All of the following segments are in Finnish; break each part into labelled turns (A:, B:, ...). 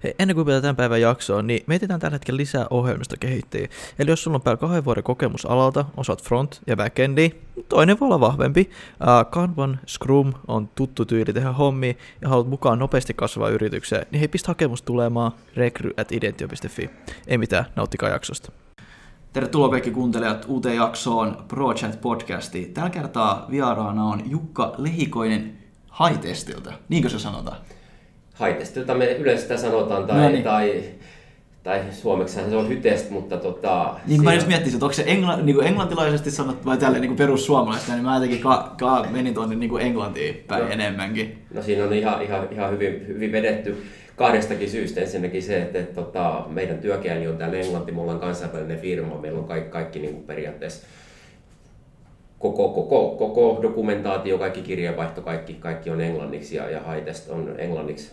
A: Hei, ennen kuin vielä tämän päivän jaksoon, niin mietitään tällä hetkellä lisää ohjelmistokehittäjiä. Eli jos sulla on päällä 2 vuoden kokemus alalta, osaat front- ja backendia, toinen voi olla vahvempi. Kanban, Scrum on tuttu tyyli tehdä hommia ja haluat mukaan nopeasti kasvavaa yritykseen, niin hei, pistä hakemus tulemaan rekry@identio.fi. Ei mitään, nauttikaa jaksosta. Tervetuloa kaikki kuuntelijat uuteen jaksoon ProChat-podcastiin. Tällä kertaa vieraana on Jukka Lehikoinen Haitestiltä. Niinkö se sanotaan?
B: Haitestilta me yleensä sitä sanotaan, tai suomeksi se on hytest, mutta
A: niin kuin mä just miettisin, että onko se niin englantilaisesti sanottu vai tälleen niin perussuomalaista, niin mä jotenkin menin tuonne niin englantiin päin enemmänkin.
B: No siinä on ihan hyvin vedetty kahdestakin syystä. Ensinnäkin se, että meidän työkieli on täällä englanti, mulla on kansainvälinen firma, meillä on kaikki niin kuin periaatteessa koko dokumentaatio, kaikki kirjeenvaihto, kaikki on englanniksi ja Haitest on englanniksi.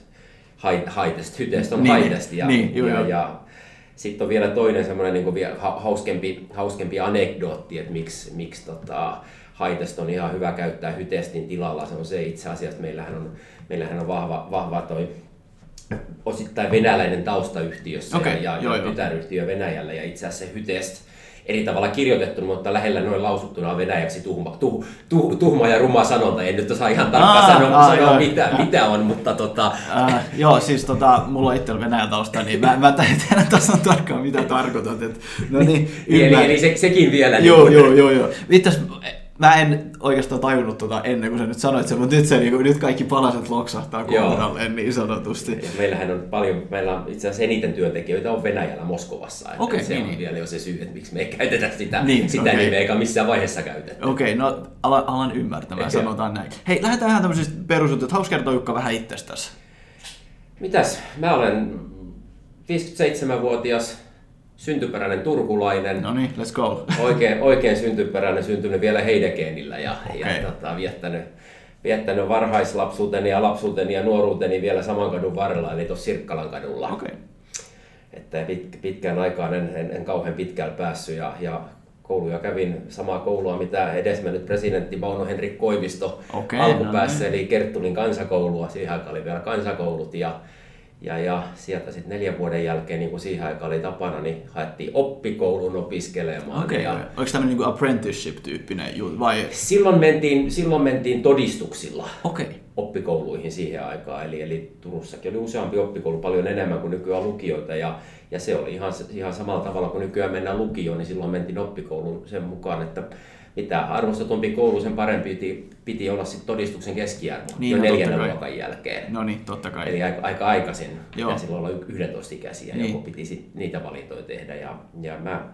B: Hytest on Haitest. Ja sitten on vielä toinen semmoinen niin kuin hauskempi anekdootti, että miksi Haitest on ihan hyvä käyttää Hytestin tilalla. Se on se itse asiassa, meillähän on vahva toi osittain venäläinen taustayhtiössä ja tytäryhtiö Venäjällä, ja itse asiassa se Hytest eri tavalla kirjoitettu, mutta lähellä noin lausuttuna on venäjäksi tuhma ja ruma sanonta. En nyt osaa ihan tarkkaan sanoa mitä on, mutta
A: joo, siis mulla on itsellä Venäjän tausta, niin mä en tiedä tasan tarkkaan mitä tarkoitat. No niin,
B: eli sekin vielä.
A: Joo. Itse mä en oikeastaan tajunnut ennen kuin sä nyt sanoit sen, mutta nyt kaikki palaset loksahtaa kohdalle niin sanotusti.
B: Meillä on itse asiassa eniten työntekijöitä on Venäjällä Moskovassa.
A: Okay,
B: se on vielä jo se syy, että miksi me ei käytetä sitä nimeä, eikä missään vaiheessa käytetä.
A: Okei, no alan ymmärtämään, sanotaan näin. Hei, lähdetään ihan tämmöisistä perusjuttuja. Hauska kertoa Jukka vähän itsestäsi.
B: Mitäs? Mä olen 57-vuotias. Syntyperäinen turkulainen.
A: No niin, let's go.
B: Oikein syntyperäinen, syntynyt vielä Heidekeenillä ja viettänyt varhaislapsuuteni ja lapsuuteni ja nuoruuteni vielä saman kadun varrella, eli tuossa Sirkkalan kadulla.
A: Okay.
B: Että pitkään aikaan en kauhean pitkällä päässyt ja kouluja kävin samaa koulua, mitä edesmennyt presidentti Mauno Henrik Koivisto alkupäässä, eli Kerttulin kansakoulua. Siihen aikaan oli vielä kansakoulut ja sieltä sitten 4 vuoden jälkeen, niin kuin siihen aikaan oli tapana, niin haettiin oppikouluun opiskelemaan.
A: Okei. Oliko tämmöinen niin apprenticeship-tyyppinen juttu? Vai?
B: Silloin mentiin todistuksilla
A: Okay.
B: Oppikouluihin siihen aikaan. Eli Turussakin oli useampi oppikoulu, paljon enemmän kuin nykyään lukioita. Ja se oli ihan samalla tavalla kuin nykyään mennään lukioon, niin silloin mentiin oppikouluun sen mukaan, että mitä arvostetumpi koulu, sen parempi piti olla sit todistuksen keskiarvo jo 4. luokan jälkeen.
A: No niin, totta kai.
B: Eli aika aikaisin, ja silloin olla 11-ikäisiä, joko piti sit niitä valintoja tehdä. Ja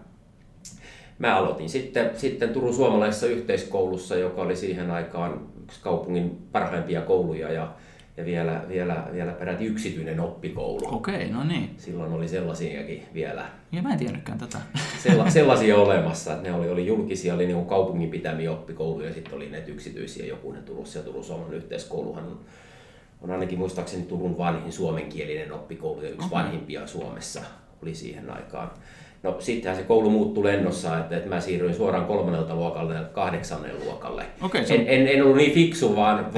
B: mä aloitin sitten Turun suomalaisessa yhteiskoulussa, joka oli siihen aikaan yksi kaupungin parhaimpia kouluja ja vielä peräti yksityinen oppikoulu.
A: Okei, no niin.
B: Silloin oli sellaisiakin vielä.
A: Ja mä en tiennytkään tätä.
B: Sellaisia olemassa, että ne oli julkisia, oli niin kaupungin pitämiä oppikouluja, ja sitten oli ne yksityisiä, joku ne Turussa, ja Turun suomalainen yhteiskouluhan on ainakin muistaakseni Turun vanhin suomenkielinen oppikoulu, ja yksi vanhimpia Suomessa oli siihen aikaan. No sittenhän se koulu muuttui lennossa, että mä siirryin suoraan 3. luokalle 8. luokalle.
A: Okay,
B: en ollut niin fiksu, vaan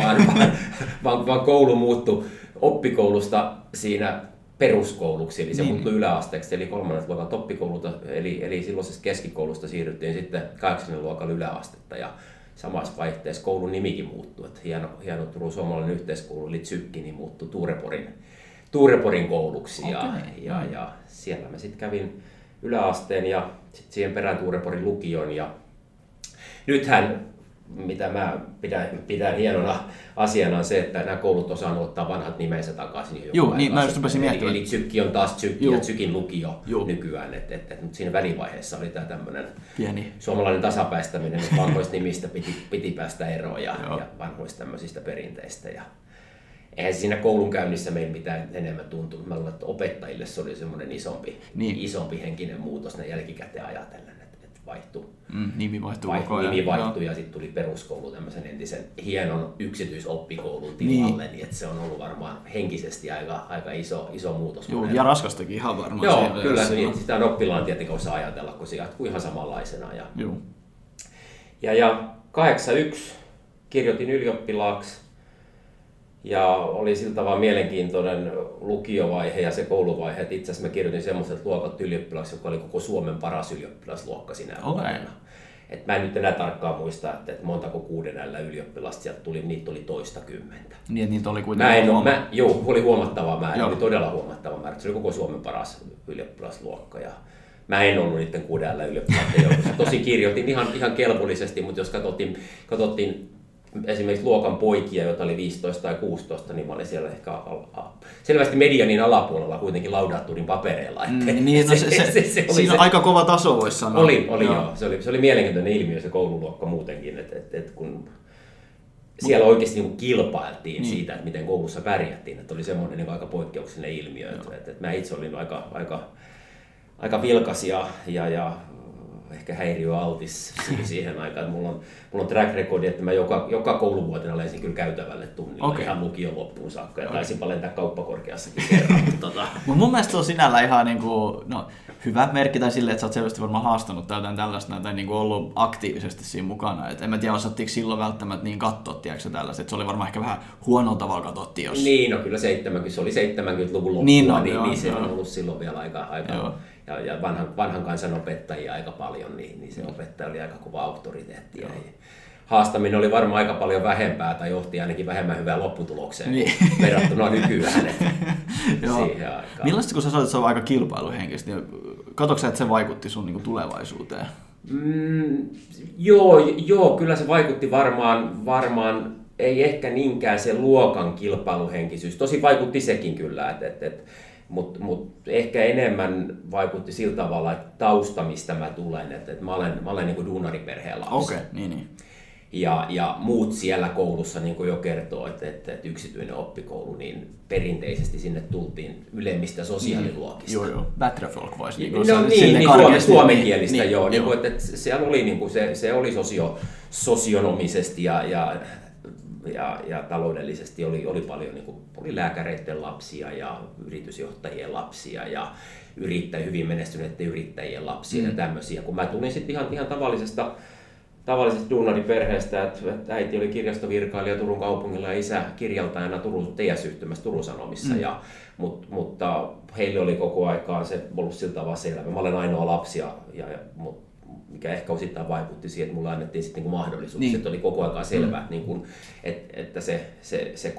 B: koulu muuttui oppikoulusta siinä peruskouluksi, eli se muuttui yläasteeksi, eli 3. luokan oppikoululta, eli silloisesta keskikoulusta siirryttiin sitten 8. luokan yläastetta, ja samassa vaihteessa koulun nimikin muuttui, että hieno Turun suomalainen yhteiskoulu, eli Tsykki, niin muuttui Tuureporin kouluksi, ja siellä mä sitten kävin yläasteen ja sitten siihen perään Tuureporin lukion, ja nythän mitä mä pidän hienona asiana on se, että nämä koulut osaa ottaa vanhat nimensä takaisin.
A: Joo, niin mä just rupesin miettimään.
B: Eli Tsykki on taas Tsykki ja Tsykin lukio nykyään. Mutta siinä välivaiheessa oli tämä tämmöinen suomalainen tasapäistäminen, että vanhoista nimistä piti päästä eroon ja vanhoista tämmöisistä perinteistä. Ja eihän siinä koulunkäynnissä meillä mitään enemmän tuntunut. Mä luulen, että opettajille se oli semmoinen isompi henkinen muutos ne jälkikäteen ajatellen, että vaihtui.
A: Nimi vaihtui
B: ja sitten tuli peruskoulu tämmöisen entisen hienon yksityisoppikoulun tilalle, niin että se on ollut varmaan henkisesti aika iso muutos.
A: Joo, ja raskastakin ihan varmaan.
B: Joo, kyllä, niin sitä on oppilaan tietenkin osaa ajatella, kun se jatkuu ihan samanlaisena. Ja 81 kirjoitin ylioppilaaksi. Ja oli sillä tavalla mielenkiintoinen lukiovaihe ja se kouluvaihe, että itse asiassa mä kirjoitin semmoiset luokat ylioppilaksi, joka oli koko Suomen paras ylioppilasluokka sinä vuonna. Et mä en nyt enää tarkkaan muista, että montako 6L ylioppilasta sieltä tuli, niitä oli toistakymmentä.
C: Niin, että niitä oli kuitenkin
B: oli huomattava määrä, oli todella huomattava määrä. Se oli koko Suomen paras ylioppilasluokka. Ja mä en ollut niiden 6L ylioppilasten joukossa. Tosi kirjoitin ihan kelpollisesti, mutta jos katsottiin esimerkiksi luokan poikia, joita oli 15 tai 16, niin mä olin siellä ehkä selvästi medianin alapuolella kuitenkin laudaatturin papereilla.
C: Siinä on aika kova taso, voisi sanoa.
B: Oli joo. Se oli mielenkiintoinen ilmiö se koululuokka muutenkin, että kun siellä oikeasti niin kilpailtiin siitä, että miten koulussa pärjättiin, että oli semmoinen niin aika poikkeuksellinen ilmiö, että mä itse olin aika vilkas ja ehkä häiriöaltis siihen aikaan, että mulla on track recordi, että mä joka kouluvuotena lensin kyllä käytävälle tunnilla ihan lukion loppuun saakka ja taisinpa lentää kauppakorkeassakin kerran.
C: Mun mielestä se on sinällä ihan hyvä merkki tai silleen, että sä oot selvästi varmaan haastanut tai jotain tällaista tai ollut aktiivisesti siinä mukana. Et en mä tiedä, osattiinko silloin välttämättä niin katsoa, tiedätkö tällaista, että se oli varmaan ehkä vähän huonolla tavalla katsottiin. Jos...
B: Niin, no kyllä 70-luvun loppua, niin se on ollut silloin vielä aika ja vanhan kansan opettajia aika paljon, niin se opettaja oli aika kova auktoriteetti. Haastaminen oli varmaan aika paljon vähempää tai johti ainakin vähemmän hyvää lopputulokseen verrattuna nykyään.
C: Millaista, kun sä sanoit, että se on aika kilpailuhenkistä, niin katsotko sä, että se vaikutti sun niin tulevaisuuteen?
B: Joo, kyllä se vaikutti varmaan ei ehkä niinkään se luokan kilpailuhenkisyys. Tosi vaikutti sekin kyllä, mutta ehkä enemmän vaikutti sillä tavalla, että tausta, mistä mä tulen, että mä olen niin kuin duunariperheen lapsi.
C: Okei, niin.
B: Ja muut siellä koulussa niin kuin jo kertoo, että yksityinen oppikoulu, niin perinteisesti sinne tultiin ylemmistä sosiaaliluokista.
C: Joo. Bättre-folk voisi
B: suomenkielistä, joo. Niin kuin, että siellä oli, niin kuin se oli sosionomisesti ja taloudellisesti oli paljon niin kuin, oli lääkäreiden lapsia ja yritysjohtajien lapsia ja hyvin menestyneiden yrittäjien lapsia ja tämmöisiä. Kun mä tulin sitten ihan tavallisesta duunariperheestä, että äiti oli kirjastovirkailija Turun kaupungilla ja isä kirjaltajana Turun TS-yhtymässä Turun Sanomissa. Mutta heille oli koko aikaan se ollut sillä tavalla selvä. Mä olen ainoa lapsi, mikä ehkä osittain vaikutti siihen, että mulle annettiin sitten niin mahdollisuus. Niin. Että oli koko aikaan selvää, että se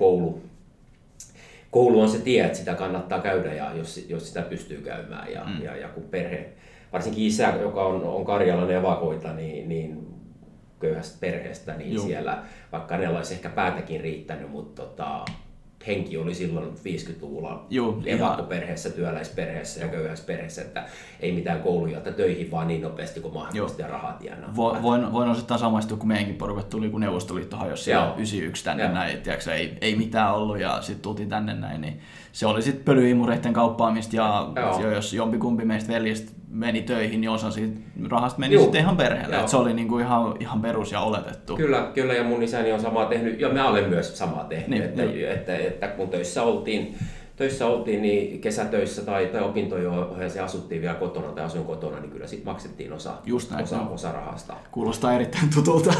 B: koulu on se tie, että sitä kannattaa käydä ja jos sitä pystyy käymään. Ja kun perhe, varsinkin isä, joka on karjalainen evakoita, niin köyhästä perheestä, niin siellä, vaikka hänellä olisi ehkä päätäkin riittänyt, mutta henki oli silloin 50-luvulla evakkoperheessä, työläisperheessä ja köyhässä perheessä, että ei mitään kouluja töihin, vaan niin nopeasti kuin mahdollisesti ja rahat tienaa.
C: Voin osittain samaistua, kun meidänkin porukat tuli, kun Neuvostoliitto hajosi siellä 91 tänne näin, tiedätkö, ei mitään ollut ja sitten tultiin tänne näin, niin se oli sitten pölyimureiden kauppaamista ja jompikumpi meistä veljistä meni töihin, niin osa siitä rahasta meni sitten ihan perheelle. Se oli niinku ihan perus ja oletettu. Kyllä,
B: ja mun isäni on samaa tehnyt, ja mä olen myös samaa tehnyt, että kun töissä oltiin, niin kesätöissä tai opintojen ohessa asuttiin vielä kotona tai asuin kotona, niin kyllä sitten maksettiin osa rahasta.
C: Kuulostaa erittäin tutulta.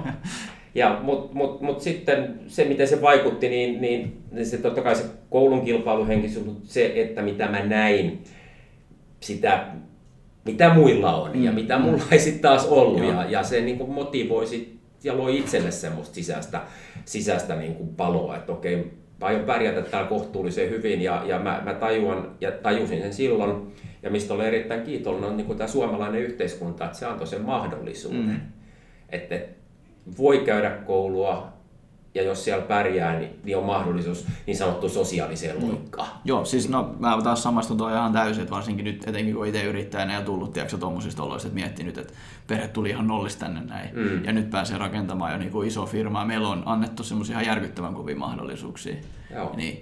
B: Joo. Mutta sitten se, miten se vaikutti, niin se totta kai se koulun kilpailuhenkisyys, mutta se, että mitä mä näin, sitä mitä muilla on ja mitä mulla ei sitten taas ollut. Ja se niin kuin motivoi ja loi itselle semmoista sisäistä niin kuin paloa, että okei, aion pärjätä täällä kohtuullisen hyvin ja mä tajusin sen silloin. Ja mistä olen erittäin kiitollinen on niin kuin tämä suomalainen yhteiskunta, että se antoi sen mahdollisuuden. Että voi käydä koulua ja jos siellä pärjää, niin on mahdollisuus niin sanottu sosiaaliseen loikkaan.
C: Joo, siis mä taas samastun tuon ihan täysin, että varsinkin nyt etenkin kun itse yrittäjänä ja tullut tuommoisista oloista, että miettinyt, että perhe tuli ihan nollista tänne näin ja nyt pääsee rakentamaan jo niin kuin iso firmaa. Meillä on annettu semmoisia ihan järkyttävän kovia mahdollisuuksia. Niin,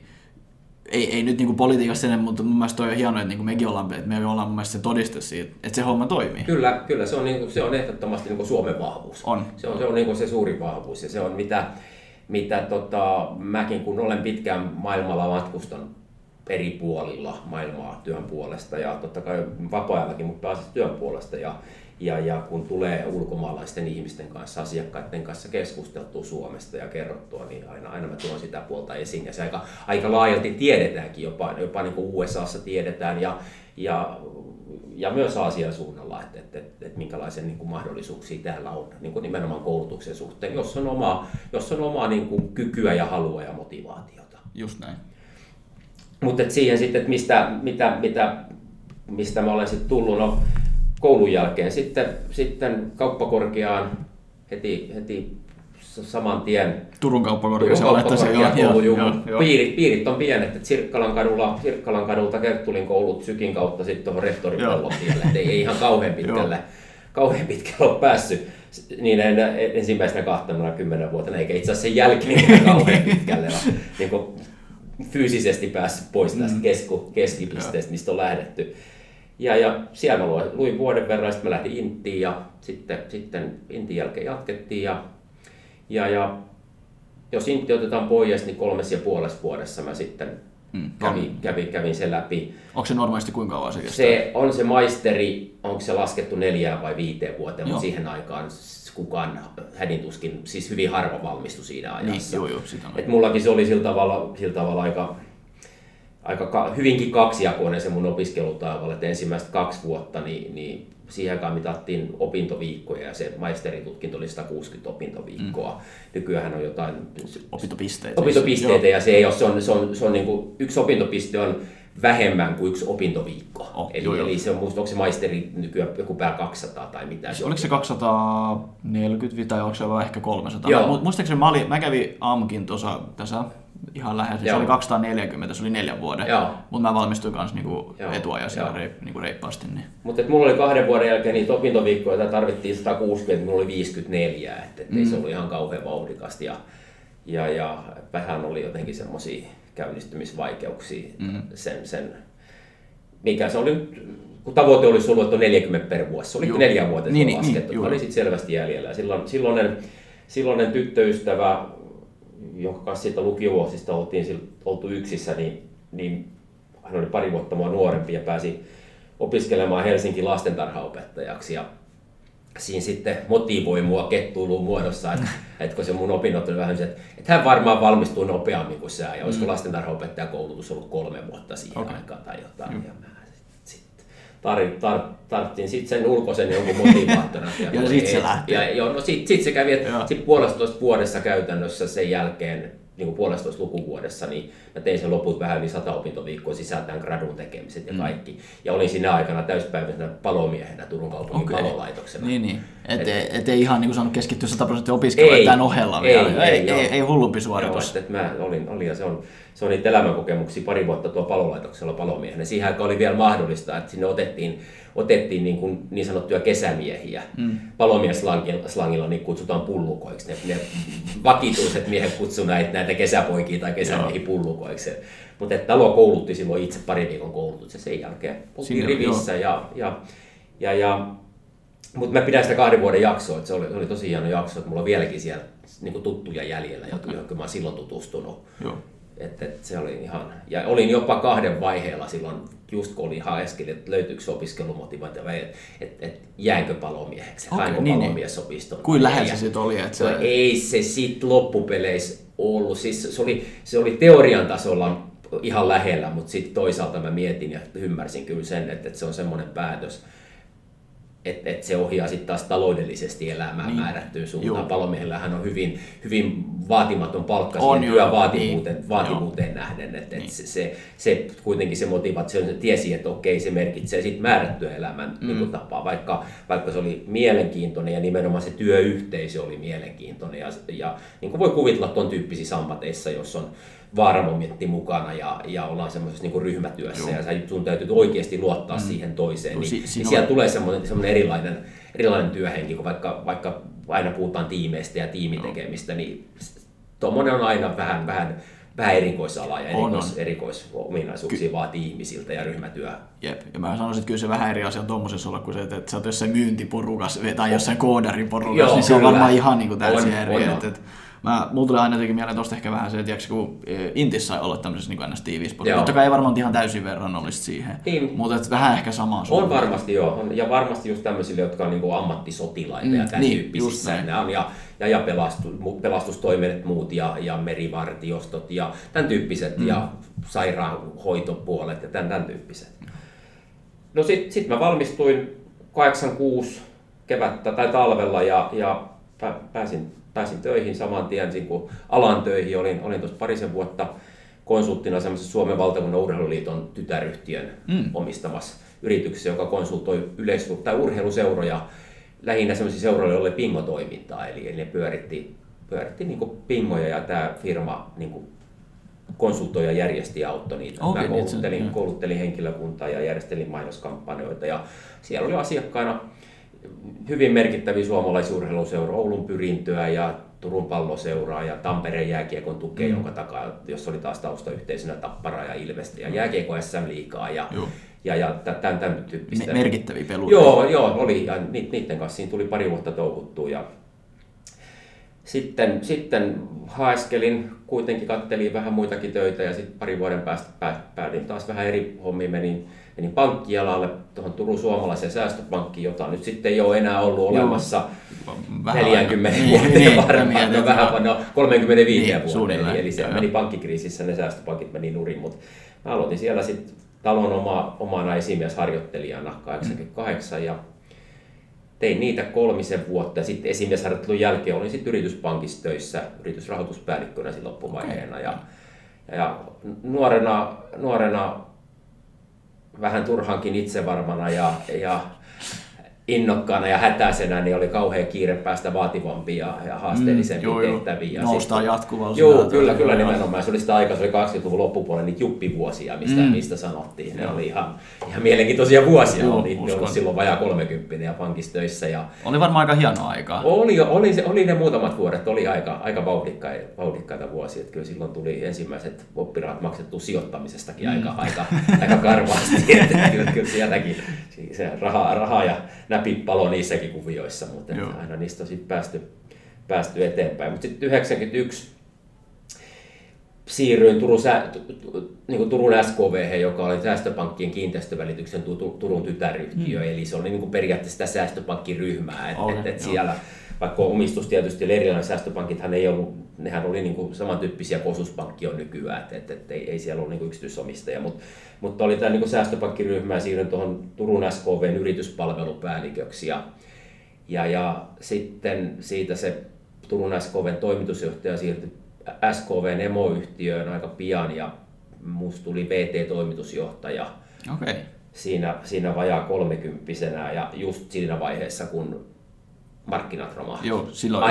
C: ei nyt niin kuin politiikassa sen, mutta mun mielestä toi on hienoa, että niin kuin mekin ollaan mun mielestä se todiste siitä, että se homma toimii.
B: Kyllä se on ehdottomasti niin kuin Suomen vahvuus. Se on niin kuin se suurin vahvuus ja se on mitä mäkin kun olen pitkään maailmalla matkustanut eri puolilla maailmaa työn puolesta ja totta kai vapaa-ajallakin, mutta pääasiassa työn puolesta. Ja kun tulee ulkomaalaisten ihmisten kanssa, asiakkaiden kanssa keskusteltua Suomesta ja kerrottua, niin aina mä tuon sitä puolta esiin. Ja se aika laajalti tiedetäänkin, jopa niin kuin USAssa tiedetään ja myös Aasian suunnalla, että minkälaisia niin kuin mahdollisuuksia täällä on niin kuin nimenomaan koulutuksen suhteen, jos on omaa niin kuin kykyä ja halua ja motivaatiota.
C: Just näin.
B: Mutta siihen sitten, että mistä mä olen sitten tullut, no koulun jälkeen sitten kauppakorkeaan heti saman tien.
C: Turun kauppakorkeakoulu,
B: piirit on pienet, että Sirkkalan kadulta Kerttulin koulut Sykin kautta sitten tuohon rehtorin pellotielle, että ei ihan kauhean pitkälle ole päässyt niin ensimmäisenä 20 vuotena, eikä itse asiassa sen jälkeen kauhean pitkälle ole niin kuin fyysisesti päässyt pois tästä keskipisteestä, mistä on lähdetty. Ja siellä mä luin vuoden verran, sitten mä lähdin Intiin ja sitten Intin jälkeen jatkettiin. Ja jos Intti otetaan pois, niin 3,5 vuodessa mä sitten kävin sen läpi.
C: Onko se normaalisti kuinka kauan se kestää?
B: Se on se maisteri, onko se laskettu 4 vai 5 vuoteen, mutta siihen aikaan kukaan hädintuskin, siis hyvin harva valmistui siinä ajassa.
C: Niin,
B: et mullakin se oli sillä tavalla aika hyvinkin kaksijakoinen se mun opiskelutaival, että ensimmäiset 2 vuotta niin siihen aikaan mitattiin opintoviikkoja ja se maisteritutkinto oli 160 opintoviikkoa. Nykyään on jotain opintopisteitä ja se ei ole, se on niin kuin, yksi opintopiste on vähemmän kuin 1 opintoviikko. Eli se on musta, onko se maisteri nykyään joku pää 200 tai mitä.
C: Oliko se 240 tai onko se vaan ehkä 300? Muistaakseni mä kävin AMKin tässä ihan lähes, se oli 240, se oli 4 vuoden, mutta mä valmistuin kanssa niinku etuajassa niinku reippaasti. Niin.
B: Mutta mulla oli 2 vuoden jälkeen niitä opintoviikkoja, joita tarvittiin 160, mulla oli 54, että ei se oli ihan kauhean vauhdikasta ja vähän oli jotenkin semmoisia käynnistymisvaikeuksia sen mikä se oli, kun tavoite olisi ollut, että on 40 per vuosi, se oli 4 vuotta laskettu, oli sitten selvästi jäljellä. Silloinen tyttöystävä, jonka kanssa siitä lukiovuosista oltu yksissä, niin hän oli 2 vuotta mua nuorempi ja pääsi opiskelemaan Helsingin lastentarhaopettajaksi. Ja siinä sitten motivoi mua kettuiluun muodossa, että kun se mun opinnot oli vähän se, että hän varmaan valmistuu nopeammin kuin sä, ja olisiko lastentarhaopettajakoulutus ollut 3 vuotta siihen aikaan tai jotain. Ja mä tarvittiin sitten sen ulkoisen jonkun motivaattorina.
C: Ja sitten se lähti.
B: Sitten se kävi, että 1,5 vuodessa käytännössä sen jälkeen, niin kuin 1,5 lukuvuodessa, niin mä tein sen loput vähän yli 100 opintoviikkoa sisältäen gradun tekemiset ja kaikki. Ja olin siinä aikana täyspäiväisenä palomiehenä Turun kaupungin palolaitoksena.
C: Niin. Ei ihan niin kuin saanut keskittyä 100% opiskelua tämän ohella vielä. Ei hullumpi suoritus.
B: Mä olin ja se on niitä elämänkokemuksia 2 vuotta tuo palolaitoksella palomiehenä. Siihen aikaan oli vielä mahdollista, että sinne otettiin niin sanottuja kesämiehiä. Palomieslangilla niin kutsutaan pullukoiksi. Ne vakituiset miehet kutsuivat näitä kesäpoikia tai kesämiehiä pullukoiksi. Mutta talo koulutti silloin itse 2 viikon koulutus ja sen jälkeen oltiin rivissä. Mutta mä pidän sitä 2 vuoden jaksoa, että se oli tosi hieno jakso, että mulla on vieläkin siellä niin tuttuja jäljellä, joihin mä oon silloin tutustunut. Et se oli ihan, ja olin jopa 2 vaiheella silloin, just kun olin haeskelin, että löytyykö se opiskelumotivaatio vai että jäänkö palomieheksi, haenko palomiesopistoon.
C: Kuin lähellä se sitten oli? Että
B: ei se sitten loppupeleissä ollut, siis se oli teorian tasolla ihan lähellä, mutta sitten toisaalta mä mietin ja ymmärsin kyllä sen, että se on semmoinen päätös, että se ohjaa sitten taas taloudellisesti elämään määrättyyn suuntaan. Palomiehellähän on hyvin vaatimaton palkka siihen työvaativuuteen nähden. Että se kuitenkin se motivaatio, se tiesi, että okei, se merkitsee sitten määrättyä elämän niin tapaa, vaikka se oli mielenkiintoinen ja nimenomaan se työyhteisö oli mielenkiintoinen. Ja niin kuin voi kuvitella tuon tyyppisissä ammateissa, jos on vaaramomentti mukana ja ollaan semmoisessa niin kuin ryhmätyössä ja sun täytyy oikeasti luottaa siihen toiseen, niin siellä tulee semmoinen erilainen työhenki, kun vaikka aina puhutaan tiimeistä ja tiimitekemistä, niin tuommoinen on aina vähän erikoisala ja erikoisominaisuuksia vaatii ihmisiltä ja ryhmätyö.
C: Jep, ja mä sanoisin, että kyllä se vähän eri asia on tuommoisessa olla kuin se, että sä oot jossain myyntiporukassa tai jossain koodariporukassa, niin se on varmaan ihan niin kuin täysin eri. Mulla tulee aina jotenkin mieleen tuosta ehkä vähän se, että kun Intis sai olla tämmöisessä niin ns. Tiiviissä porukassa. Totta kai ei varmaan ihan täysin verrannollisesti siihen, niin, mutta vähän ehkä samaa suuntaan.
B: On varmasti joo, ja varmasti just tämmöisille, jotka on niin ammattisotilaita ja tämän tyyppisissä. Nämä on, ja pelastustoimet muut ja merivartiostot ja tämän tyyppiset ja sairaanhoitopuolet ja tämän tyyppiset. No sit mä valmistuin 86 kevättä tai talvella ja pääsin töihin saman tien, kun alan töihin. Olin tuossa parisen vuotta konsulttina semmoisessa Suomen valtakunnan urheiluliiton tytäryhtiön omistamassa yrityksessä, joka konsultoi urheiluseuroja, lähinnä semmoisia seuroja, joilla oli pingotoimintaa, eli ne pyöritti niin kuin pingoja ja tämä firma niin kuin konsultoi ja järjesti ja auttoi niitä.
C: Okay,
B: mä kouluttelin henkilökuntaa ja järjestelin mainoskampanjoita ja siellä oli asiakkaina hyvin merkittäviä suomalaisia urheiluseuroja, Oulun Pyrintöä ja Turun Palloseuraa ja Tampereen jääkiekon tukea, jonka takaa, jos oli taas taustayhteisönä Tapparaa ja Ilvestä ja jääkiekon SM-liigaa ja tämän tyyppistä.
C: Merkittäviä peluja.
B: Joo, oli ja niiden kanssa siinä tuli pari vuotta touhuttua ja sitten haeskelin, kuitenkin kattelin vähän muitakin töitä ja sitten parin vuoden päästä päädyin taas vähän eri hommiin, menin pankkialalle tuohon Turun Suomalaiseen säästöpankkiin, jota nyt sitten ei ole enää ollut olemassa 40 vuoteen varmaan, 35 vuoteen, eli se meni pankkikriisissä, ne säästöpankit meni nurin, mutta mä aloitin siellä sitten talon omana esimiesharjoittelijana 88 ja tein niitä 3 vuotta ja sitten esimiesharjoittelun jälkeen olin sitten yrityspankissa töissä yritysrahoituspäällikkönä siinä loppuvaiheena. Ja nuorena vähän turhankin itsevarmana ja innokkaana ja hätäisenä, niin oli kauhean kiire päästä vaativampia ja haasteellisempiin tehtäviin.
C: Noustaan jatkuvasti.
B: Joo, kyllä nimenomaan. Se oli sitä aikaa, se oli 20-luvun loppupuolella niitä juppivuosia, mistä sanottiin. Ne oli ihan mielenkiintoisia vuosia. Oli silloin vajaa 30 ja pankissa töissä. Ja
C: oli varmaan aika hienoa aikaa.
B: Oli ne muutamat vuodet, oli aika vauhdikkaita vuosia. Että kyllä silloin tuli ensimmäiset oppirahat maksettu sijoittamisestakin aika karvaasti. Kyllä sieltäkin se rahaa ja näpit palo niissäkin kuvioissa, mutta aina niistä on sitten päästy eteenpäin. Mutta sitten 91 siirryin Turun SKV, joka oli säästöpankkien kiinteistövälityksen Turun tytäryhtiö, eli se oli niin periaatteessa sitä säästöpankkiryhmää, että siellä vaikka omistus tietysti oli erilainen, säästöpankithan ei ollut, nehän oli niin samantyyppisiä kuin osuuspankki on nykyään, että ei siellä ollut niin yksityisomistajia, mutta oli tämä niin säästöpankkiryhmä ja siirryin tuohon Turun SKV:n yrityspalvelupäälliköksi ja sitten siitä se Turun SKV:n toimitusjohtaja siirtyi SKV:n emoyhtiöön aika pian ja musta tuli VT-toimitusjohtaja siinä vajaa 30-vuotiaana ja just siinä vaiheessa kun markkinat romahti.
C: Joo, silloin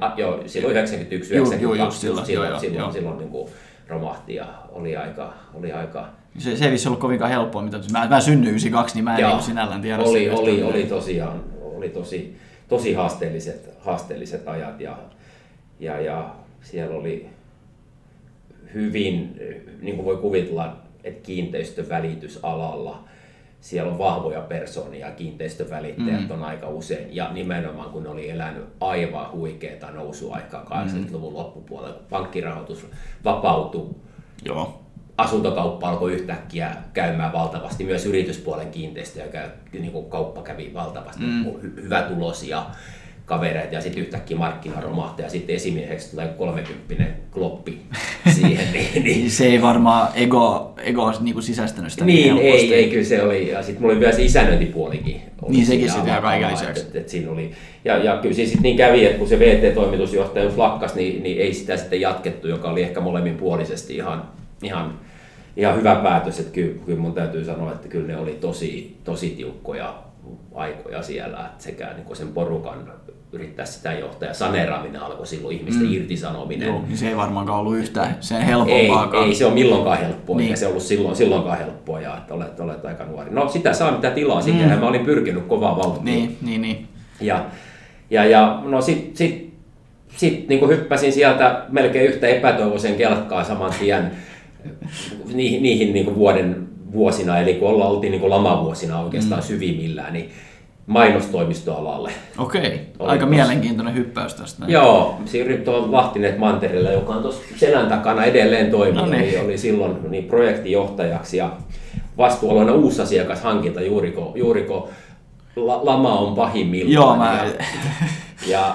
B: 91, 92, silloin niin kuin romahti ja oli aika.
C: Se ei vissi ollut kovinkaan helppoa, mitä mä synnyin 92, niin mä en niin sinällään tiedä.
B: Oli tosiaan, tosi haasteelliset ajat ja siellä oli hyvin, niin kuin voi kuvitella, että kiinteistövälitysalalla siellä on vahvoja persoonia, kiinteistövälittäjät on aika usein, ja nimenomaan kun ne oli elänyt aivan huikeaa nousuaikaa 80-luvun loppupuolella, kun pankkirahoitus vapautui, asuntokauppa alkoi yhtäkkiä käymään valtavasti, myös yrityspuolen kiinteistöjä, niin kuin kauppa kävi valtavasti, hyvä tulos ja kavereita, ja sitten yhtäkkiä markkina romahti, ja sitten esimieheksi tulee 30 kloppi siihen. niin.
C: Se ei varmaan ego niin sisäistänyt sitä
B: niin helposti. Ei, kyllä se oli, ja sitten mulla oli vielä se isännöintipuolikin.
C: Niin sekin sitten vielä kaiken lisäksi.
B: Et siinä oli, ja kyllä se sitten niin kävi, että kun se VT-toimitusjohtajuus lakkasi, niin ei sitä sitten jatkettu, joka oli ehkä molemminpuolisesti ihan hyvä päätös, että kyllä mun täytyy sanoa, että kyllä ne oli tosi tiukkoja aikoja siellä, että sekä niin sen porukan yrittää sitä johtaa ja saneeraaminen alkoi silloin, ihmisten irtisanominen.
C: Joo, niin se ei varmaankaan ollut yhtään sen helpompaakaan.
B: Ei se ole milloinkaan helppoa, eikä se ollut silloinkaan helppoa, ja että olet aika nuori. No sitä saa mitä tilaa sitten, ja mä olin pyrkinyt kovaa vauhtia.
C: Niin.
B: Ja no sit niin kuin hyppäsin sieltä melkein yhtä epätoivoisen kelkkaa saman tien niihin niin kuin vuosina, eli kun oltiin niin kuin lamavuosina oikeastaan syvimmillään, niin mainostoimistoalalle.
C: Okei, aika mielenkiintoinen hyppäys tästä.
B: Joo, siirryin tuohon Lahtineet mantereelle, joka on tuossa selän takana edelleen toimii. No niin. Oli silloin niin projektijohtajaksi ja vastuualueena uusi asiakashankinta juuriko lama on pahimmillaan. Joo,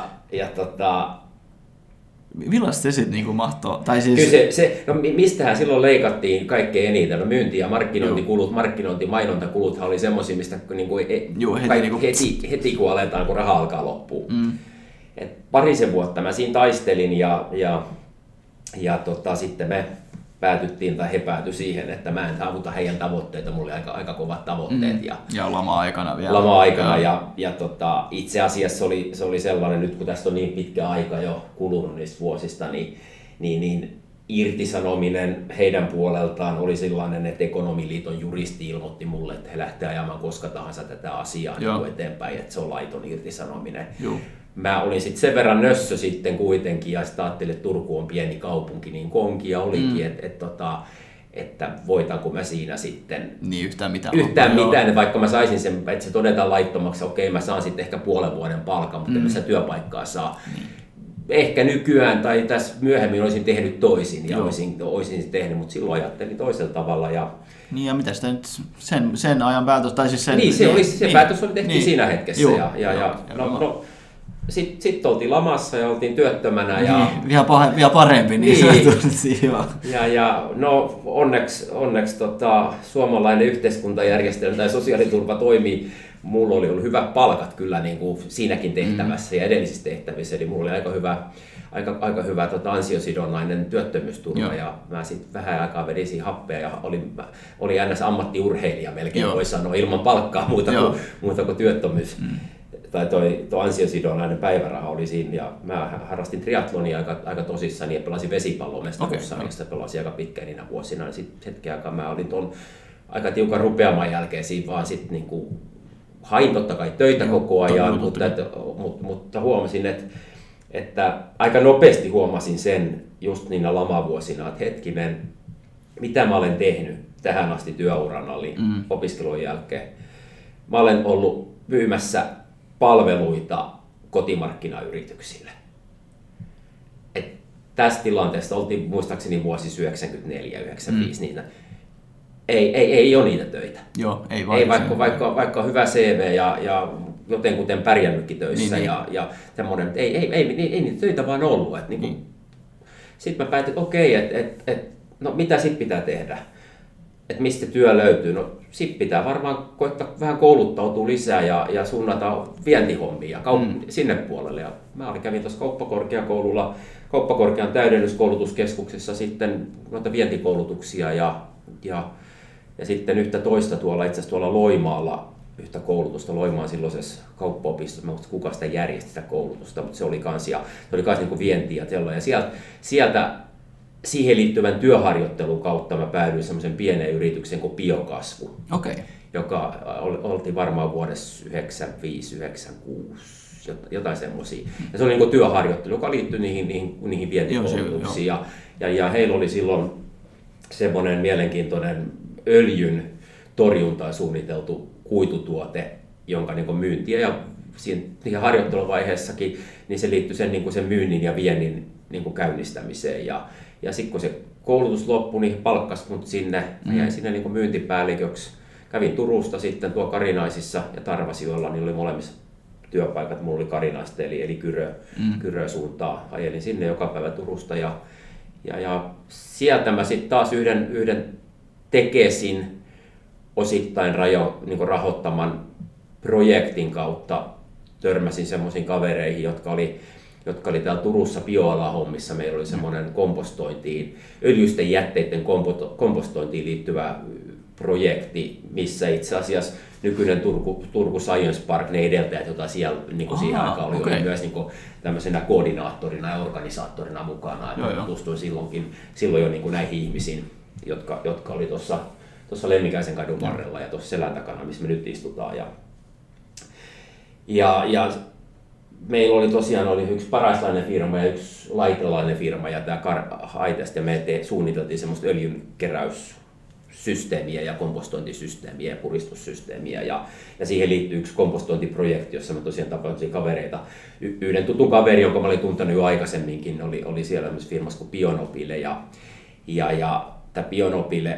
C: millaista se sitten niinku mahtoo? Tai siis...
B: Kyllä mistähän silloin leikattiin kaikkein eniten? No myynti- ja markkinointikulut, mainontakuluthan oli semmoisia, mistä niinku heti kun aletaan, kun raha alkaa loppua. Et parisen vuotta mä siinä taistelin ja sitten me päätyttiin tai he päätyi siihen, että mä en saavuta heidän tavoitteita, mulla oli aika kovat tavoitteet.
C: Ja lama-aikana vielä.
B: Lama-aikana ja itse asiassa se oli sellainen, nyt kun tästä on niin pitkä aika jo kulunut niistä vuosista, niin irtisanominen heidän puoleltaan oli sellainen, että Ekonomiliiton juristi ilmoitti mulle, että he lähtee ajamaan koska tahansa tätä asiaa niin eteenpäin, että se on laiton irtisanominen. Joo. Mä olin sitten sen verran nössö sitten kuitenkin ja sitten ajattelin, että Turku on pieni kaupunki, niin konkia olikin, että voitanko mä siinä sitten
C: niin yhtään
B: mitään, vaikka mä saisin sen, että se todetaan laittomaksi, okei mä saan sitten ehkä puolen vuoden palkan, mutta en mä sitä työpaikkaa saa. Ehkä nykyään tai tässä myöhemmin olisin tehnyt toisin ja olisin tehnyt, mutta silloin ajattelin toisella tavalla.
C: Niin ja mitä sitä nyt sen ajan päätös, tai siis sen...
B: Se päätös oli tehty siinä hetkessä. Sitten oltiin lamassa ja oltiin työttömänä. Ja...
C: Vielä parempi niin sanotusti.
B: Ja onneksi suomalainen yhteiskuntajärjestelmä tai sosiaaliturva toimii. Mulla oli ollut hyvät palkat kyllä niin kuin siinäkin tehtävässä ja edellisissä tehtävissä. Eli mulla oli aika hyvä ansiosidonnainen työttömyysturva ja mä sitten vähän aikaa vedin siinä happea ja oli ns. Ammattiurheilija melkein voi sanoa ilman palkkaa muuta kuin työttömyys. Tai tuo ansiosidonnainen päiväraha oli siinä ja mä harrastin triathlonia aika tosissani ja pelasin vesipalloa mestaruussarjassa, pelasin aika pitkään niinä vuosina. Sitten hetken aikaa mä olin tuon aika tiukan rupeaman jälkeen siinä vaan sitten niinku hain totta kai töitä koko ajan, mutta huomasin, että aika nopeasti huomasin sen just niinä lamavuosina, että hetkinen, mitä mä olen tehnyt tähän asti työurana opiskelun jälkeen. Mä olen ollut myymässä palveluita kotimarkkinayrityksille. Tässä tilanteessa oltiin muistaakseni vuosi 94-95 niitä. Ei ole niitä töitä.
C: Joo, ei
B: vaikka on hyvä CV ja jotenkuten pärjännytkin töissä ja semmoinen, ei niitä töitä vaan ollut. Sitten mä päätin, että okei, no mitä sitten pitää tehdä? Että mistä työ löytyy? No sitten pitää varmaan koittaa vähän kouluttautua lisää ja suunnata vientihommia sinne puolelle. Ja mä kävin tuossa kauppakorkeakoululla, kauppakorkean täydennyskoulutuskeskuksessa sitten noita vientikoulutuksia ja sitten yhtä toista itse asiassa tuolla Loimaalla, yhtä koulutusta Loimaan silloisessa kauppaopistossa, mä muistan kuka sitä järjesti sitä koulutusta, mutta se oli kans niin vientiä ja sieltä siihen liittyvän työharjoittelun kautta mä päädyin semmoisen pienen yrityksen kuin Biokasvu, joka oltiin varmaan vuodessa 95-96, jotain semmoisia. Ja se oli niin työharjoittelu, joka liittyi niihin vientikoulutuksiin. Ja heillä oli silloin semmoinen mielenkiintoinen öljyn torjuntaan suunniteltu kuitutuote, jonka niin myyntiä ja siinä harjoitteluvaiheessakin niin se liittyi sen myynnin ja viennin niin käynnistämiseen. Ja sitten kun se koulutus loppui, niin palkkasi mut sinne. Jäin sinne niin myyntipäälliköksi. Kävin Turusta sitten tuo Karinaisissa ja Tarvasiolla, niin oli molemmissa työpaikat. Mulla oli Karinaista eli Kyrö suuntaa. Ajelin sinne joka päivä Turusta ja sieltä mä sitten taas yhden Tekesin osittain niin rahoittaman projektin kautta törmäsin semmoisiin kavereihin, jotka oli täällä Turussa bioalahommissa. Meillä oli semmoinen öljyisten jätteiden kompostointiin liittyvä projekti, missä itse asiassa nykyinen Turku Science Park, ne edeltäjät, joita siellä niin siihen aikaan oli myös niin tämmöisenä koordinaattorina ja organisaattorina mukana. Tutustuin silloin jo niin näihin ihmisiin, jotka oli tuossa Lemmikäisen kadun varrella ja tuossa selän takana, missä me nyt istutaan. Ja meillä oli tosiaan yksi paraislainen firma ja yksi laitelainen firma ja tämä Haitest, ja me suunniteltiin semmoista öljynkeräys systeemiä ja kompostointisysteemiä ja puristussysteemiä. Ja siihen liittyy yksi kompostointiprojekti, jossa mä tosiaan tapasin kavereita. Yhden tutun kaveri, jonka mä olin tuntenut jo aikaisemminkin, oli siellä myös firmassa kuin Bionobile. Ja tämä Bionobile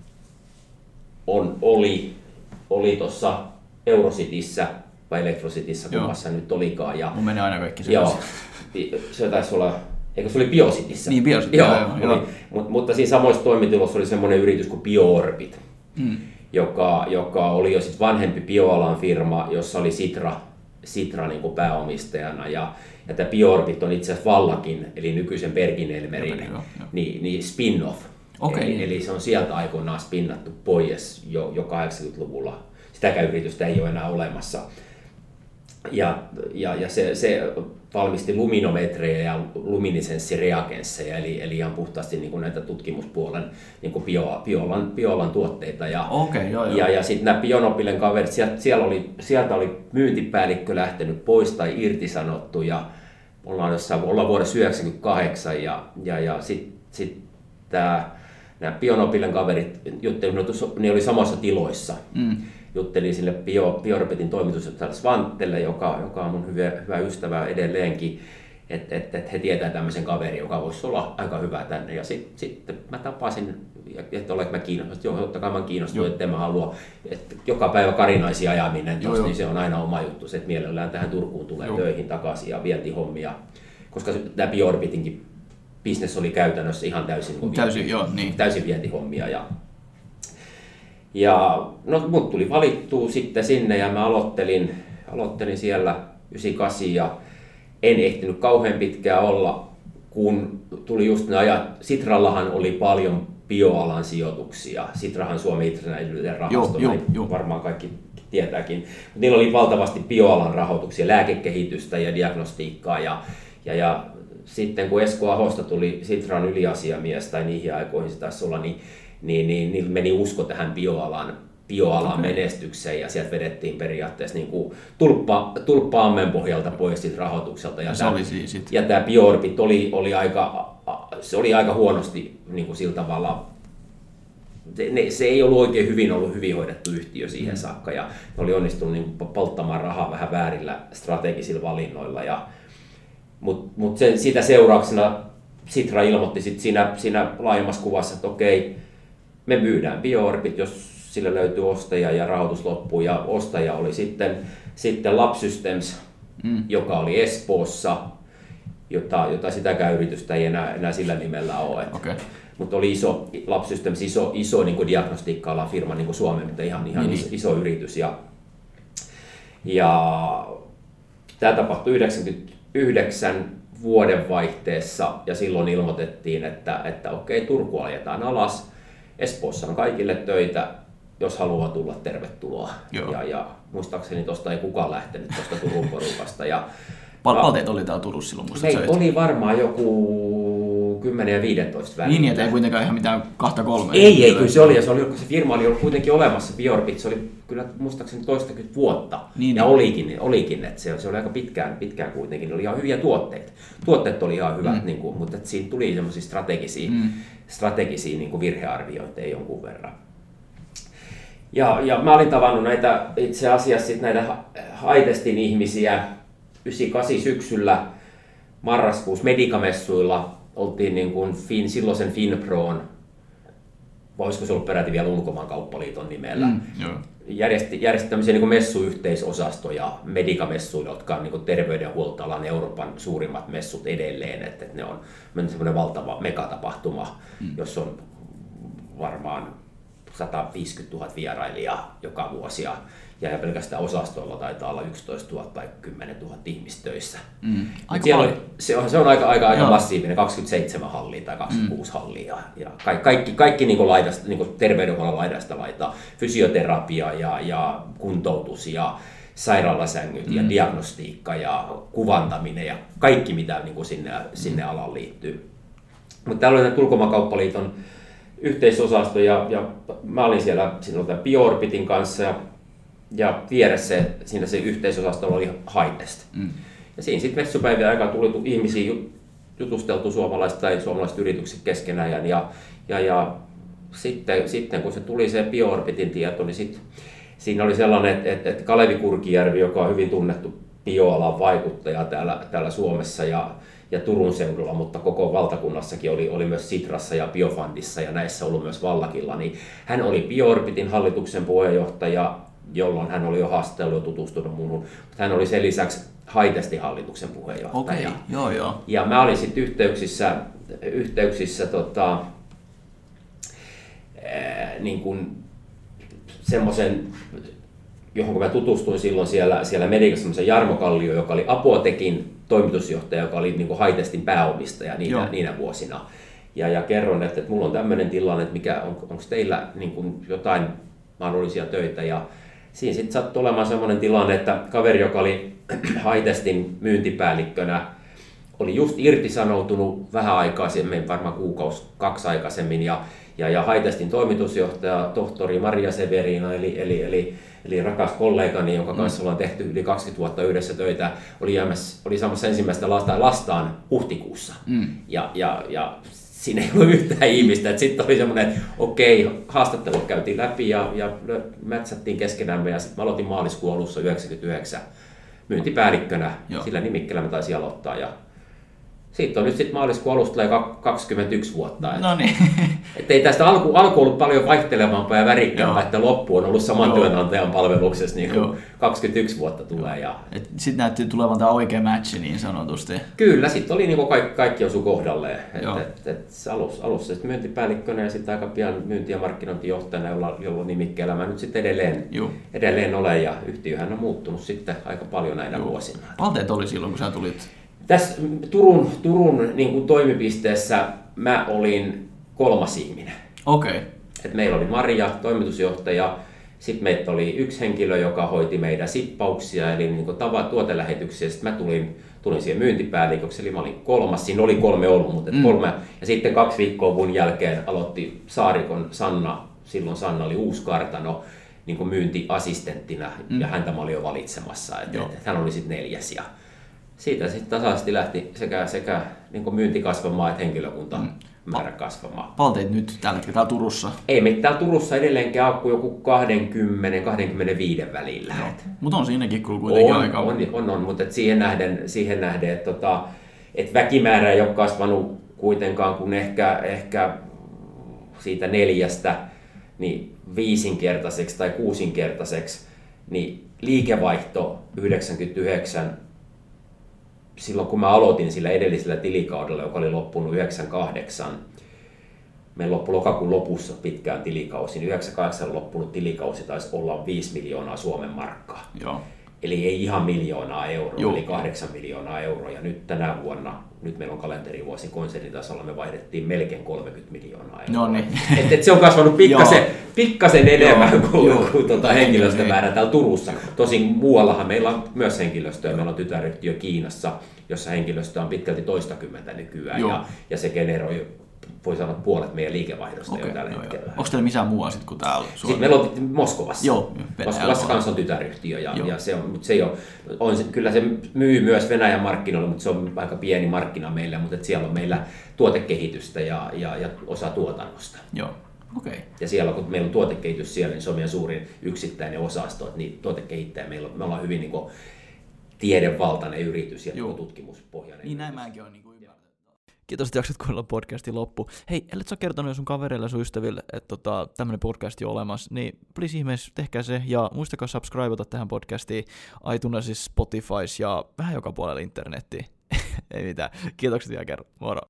B: oli tuossa Eurocityssä vai Electrocityssä, kummassa nyt olikaan. Ja,
C: mun menee aina kaikki sellaisia.
B: Joo, se taisi olla, eikö se oli Biocityssä?
C: Niin, Biocity,
B: joo. Mutta siinä samoissa toimitiloissa oli semmoinen yritys kuin BioOrbit, joka oli jo sit vanhempi bioalan firma, jossa oli Sitra niin kuin pääomistajana. Ja tämä BioOrbit on itse asiassa Vallakin, eli nykyisen Bergin-Elmerin niin spin-off.
C: Okay,
B: eli se on sieltä aikoinaan spinnattu pois jo 80-luvulla. Sitäkään yritystä ei ole enää olemassa. Ja se valmisti luminometrejä ja luminiscenssireagensseja, eli ihan puhtaasti niin kuin näitä tutkimuspuolen niin kuin bioalan tuotteita. Ja sitten nämä Bionobilen kaverit, sieltä oli myyntipäällikkö lähtenyt pois tai irtisanottu, ja ollaan vuodessa 1998, ja sitten nämä Bionobilen kaverit ne oli samassa tiloissa. Juttelin sille BioOrbitin toimitusjohtajalle Svantelle, joka on mun hyvä ystävä edelleenkin, että he tietää tämmöisen kaverin, joka voisi olla aika hyvä tänne. Ja sitten mä tapasin, että olenko mä kiinnostunut, joo, totta kai mä kiinnostunut, että mä haluan, että joka päivä Karinaisia ajaminen, niin se on aina oma juttu, että mielellään tähän Turkuun tulee töihin takaisin ja vientihommia, koska tämä BioOrbitinkin business oli käytännössä ihan täysin vientihommia. Ja no, mut tuli valittua sitten sinne ja mä aloittelin siellä 98 ja en ehtinyt kauhean pitkään olla, kun tuli just ne ajat. Sitrallahan oli paljon bioalan sijoituksia. Sitrahan Suomen itsenäisyyden rahasto, varmaan kaikki tietääkin. Mutta niillä oli valtavasti bioalan rahoituksia, lääkekehitystä ja diagnostiikkaa. Ja sitten kun Esko Ahosta tuli Sitran yliasiamies, tai niihin aikoihin se taisi olla, niin meni usko tähän bioalan menestykseen, ja sieltä vedettiin periaatteessa niin kuin tulppa-ammen pohjalta pois siitä rahoitukselta. Ja tämä BioOrbit oli aika huonosti niin kuin sillä tavalla. Se ei ollut oikein hyvin hoidettu yhtiö siihen saakka, ja ne oli onnistunut niin kuin polttamaan rahaa vähän väärillä strategisilla valinnoilla. Mutta siitä seurauksena Sitra ilmoitti sit siinä laajemmassa kuvassa, että okei, me myydään BioOrbit, jos sille löytyy ostaja ja rahoitus loppuu. Ja ostaja oli sitten Lab Systems, joka oli Espoossa, jota sitäkään yritystä ei enää sillä nimellä ole. Okay. Mutta oli iso Lab Systems, iso niin kuin diagnostiikka-alan firma niin kuin Suomen, mutta ihan iso yritys. Ja tämä tapahtui 99 vuodenvaihteessa, ja silloin ilmoitettiin, että okei, Turku ajetaan alas. Espoossa on kaikille töitä, jos haluaa tulla, tervetuloa. Ja muistaakseni tuosta ei kukaan lähtenyt tuosta Turun porukasta.
C: Paljon teitä oli täällä Turussa silloin?
B: Meitä oli varmaan joku 10 ja 15 välillä.
C: Niin, että ei kuitenkaan ihan mitään 2-3.
B: Ei, kyllä se oli. Se firma oli ollut kuitenkin olemassa. BioOrbit, se oli kyllä muistaakseni 20 vuotta. Niin, ja olikin, että se oli aika pitkään kuitenkin. Ne oli ihan hyviä tuotteita. Tuotteet oli ihan hyvät, niin kuin, mutta siinä tuli semmoisia strategisia niin kuin virhearviointeja jonkun verran. Ja mä olin tavannut itse asiassa näitä Haitestin ihmisiä 98 syksyllä marraskuussa Medica-messuilla. Oltiin niin kuin silloisen Finproon, voisiko se ollut peräti vielä Ulkomaankauppaliiton nimellä, järjesti tämmöisiä niin kuin messuyhteisosastoja Medica-messuilla, jotka on niin kuin terveydenhuoltoalan Euroopan suurimmat messut edelleen, että ne on semmoinen valtava megatapahtuma, jossa on varmaan 150 000 vierailijaa joka vuosi, ja pelkästään osastoilla taitaa olla 11 000 tai 10 000 ihmistä töissä. Se on aika massiivinen, 27 hallia tai 26 hallia, ja kaikki niin kuin laidasta, niin kuin terveydenhuollon laidasta laitaa, fysioterapia ja kuntoutus ja sairaalasängyt ja diagnostiikka ja kuvantaminen ja kaikki mitä niin kuin sinne alaan liittyy. Mutta täällä oli Ulkomaankauppaliiton yhteisosasto, ja mä olin siellä BioOrbitin kanssa, ja vieressä siinä se yhteisosastolla oli Haitest. Ja siinä sitten messupäivien aikaan tuli ihmisiä jutusteltu suomalaiset yritykset keskenään, ja sitten kun se tuli se BioOrbitin tieto, niin siinä oli sellainen, että Kalevi Kurkijärvi, joka on hyvin tunnettu bioalan vaikuttaja täällä Suomessa ja Turun seudulla, mutta koko valtakunnassakin oli myös Sitrassa ja Biofundissa ja näissä ollut myös Vallakilla, niin hän oli BioOrbitin hallituksen puheenjohtaja, jolloin hän oli jo haastellut ja tutustunut muuhun, mutta hän oli sen lisäksi Haitestin hallituksen puheenjohtaja.
C: Okei, joo.
B: Ja mä olin sitten yhteyksissä niin kuin semmoisen, johon mä tutustuin silloin siellä Medicassa, semmoisen Jarmo Kallio, joka oli Apotekin toimitusjohtaja, joka oli niin kuin Haitestin pääomistaja niinä vuosina. Ja kerron, että mulla on tämmöinen tilanne, että onko teillä niin kuin jotain mahdollisia töitä. Ja siinä sitten sattui olemaan semmoinen tilanne, että kaveri, joka oli Haitestin myyntipäällikkönä, oli just irtisanoutunut vähän aikaisemmin, varmaan kuukausi-kaksi aikaisemmin, ja Haitestin toimitusjohtaja, tohtori Maria Severina, eli rakas kollegani, jonka kanssa ollaan tehty yli 20 vuotta yhdessä töitä, oli saamassa ensimmäistä lastaan huhtikuussa. Ja siinä ei ollut yhtään ihmistä. Sitten oli semmoinen, että okei, haastattelut käytiin läpi ja mätsättiin keskenämme, ja sitten mä aloitin maaliskuun alussa 1999 myyntipäällikkönä. Sillä nimikkeellä mä taisin aloittaa. Siitä on nyt sitten maaliskuun alusta tulee 21 vuotta.
C: No niin.
B: Että ei tästä alku ollut paljon vaihtelevampaa ja värikkäämpää, että loppu on ollut saman työnantajan palveluksessa, niin kuin 21 vuotta tulee.
C: Sitten näytti tulevan tämä oikea matchi niin sanotusti.
B: Kyllä, sitten oli niin kuin kaikki osu kohdalleen. Alussa sitten myyntipäällikkönä ja sitten aika pian myynti- ja markkinointijohtajana, jolla nimikkeellä mä nyt sitten edelleen olen. Ja yhtiöhän on muuttunut sitten aika paljon näinä vuosina.
C: Valteet oli silloin, kun sä tulit?
B: Tässä Turun niin kuin toimipisteessä mä olin 3. ihminen.
C: Okei.
B: Et meillä oli Maria, toimitusjohtaja, sitten meitä oli yksi henkilö, joka hoiti meidän sippauksia, eli niin kuin tuotelähetyksiä. Sitten mä tulin siihen myyntipäälliköksi, eli mä olin 3. Siinä oli 3 ollut, mutta 3. Ja sitten 2 viikkoa mun jälkeen aloitti Saarikon Sanna, silloin Sanna oli Uuskartano, niin kuin myyntiassistenttina, ja häntä mä olin jo valitsemassa. Et hän oli sitten 4. Siitä sitten tasaisesti lähti sekä niin kuin myynti kasvamaan että henkilökunta määrä kasvamaan.
C: Valteet nyt tällä hetkellä täällä Turussa?
B: Ei me täällä Turussa edelleenkään ole joku 20-25 välillä.
C: Mutta on siinäkin kuitenkin aika.
B: On, mutta siihen nähden että väkimäärä ei ole kasvanut kuitenkaan kuin ehkä siitä 4 niin 5-kertaiseksi tai 6-kertaiseksi, niin liikevaihto 99 silloin kun mä aloitin sillä edellisellä tilikaudella, joka oli loppunut 98, meillä loppui lokakuun lopussa pitkään tilikausi, niin 98 loppunut tilikausi taisi olla 5 miljoonaa Suomen markkaa.
C: Joo.
B: Eli ei ihan 1 miljoonaa euroa, eli 8 miljoonaa euroa. Ja nyt tänä vuonna, nyt meillä on kalenterivuosi konsernitasolla, me vaihdettiin melkein 30 miljoonaa euroa.
C: No niin.
B: Et se on kasvanut pikkasen enemmän kuin henkilöstömäärä täällä Turussa. Tosin muuallahan meillä on myös henkilöstöä. Meillä on tytäryhtiö Kiinassa, jossa henkilöstöä on pitkälti 20 nykyään. Ja se generoi, voi sanoa, puolet meidän liikevaihdosta jo tällä hetkellä.
C: Onko teillä missään muualla sitten kuin täällä?
B: Sitten meillä on Moskovassa. Moskovassa kanssa on tytäryhtiö, ja kyllä se myy myös Venäjän markkinoille, mutta se on aika pieni markkina meillä, mutta siellä on meillä tuotekehitystä ja osa tuotannosta.
C: Joo. Okay.
B: Ja siellä, kun meillä on tuotekehitys siellä, niin se on meidän suurin yksittäinen osasto, että niin tuotekehittäjä, me ollaan hyvin niin kuin tiedevaltainen yritys ja tutkimuspohjainen.
C: Niin näin mäkin olen niin ymmärtänyt.
A: Kiitos, että jaksat kuunnella podcastin loppu. Hei, ellet sä ole kertonut jo sun kavereille ja sun ystäville, että tämmönen podcast on olemassa, niin please ihmeessä tehkää se, ja muistakaa subscribeata tähän podcastiin iTunesissa, Spotifys ja vähän joka puolella internettiin. Ei mitään. Kiitokset vielä kerran. Moro.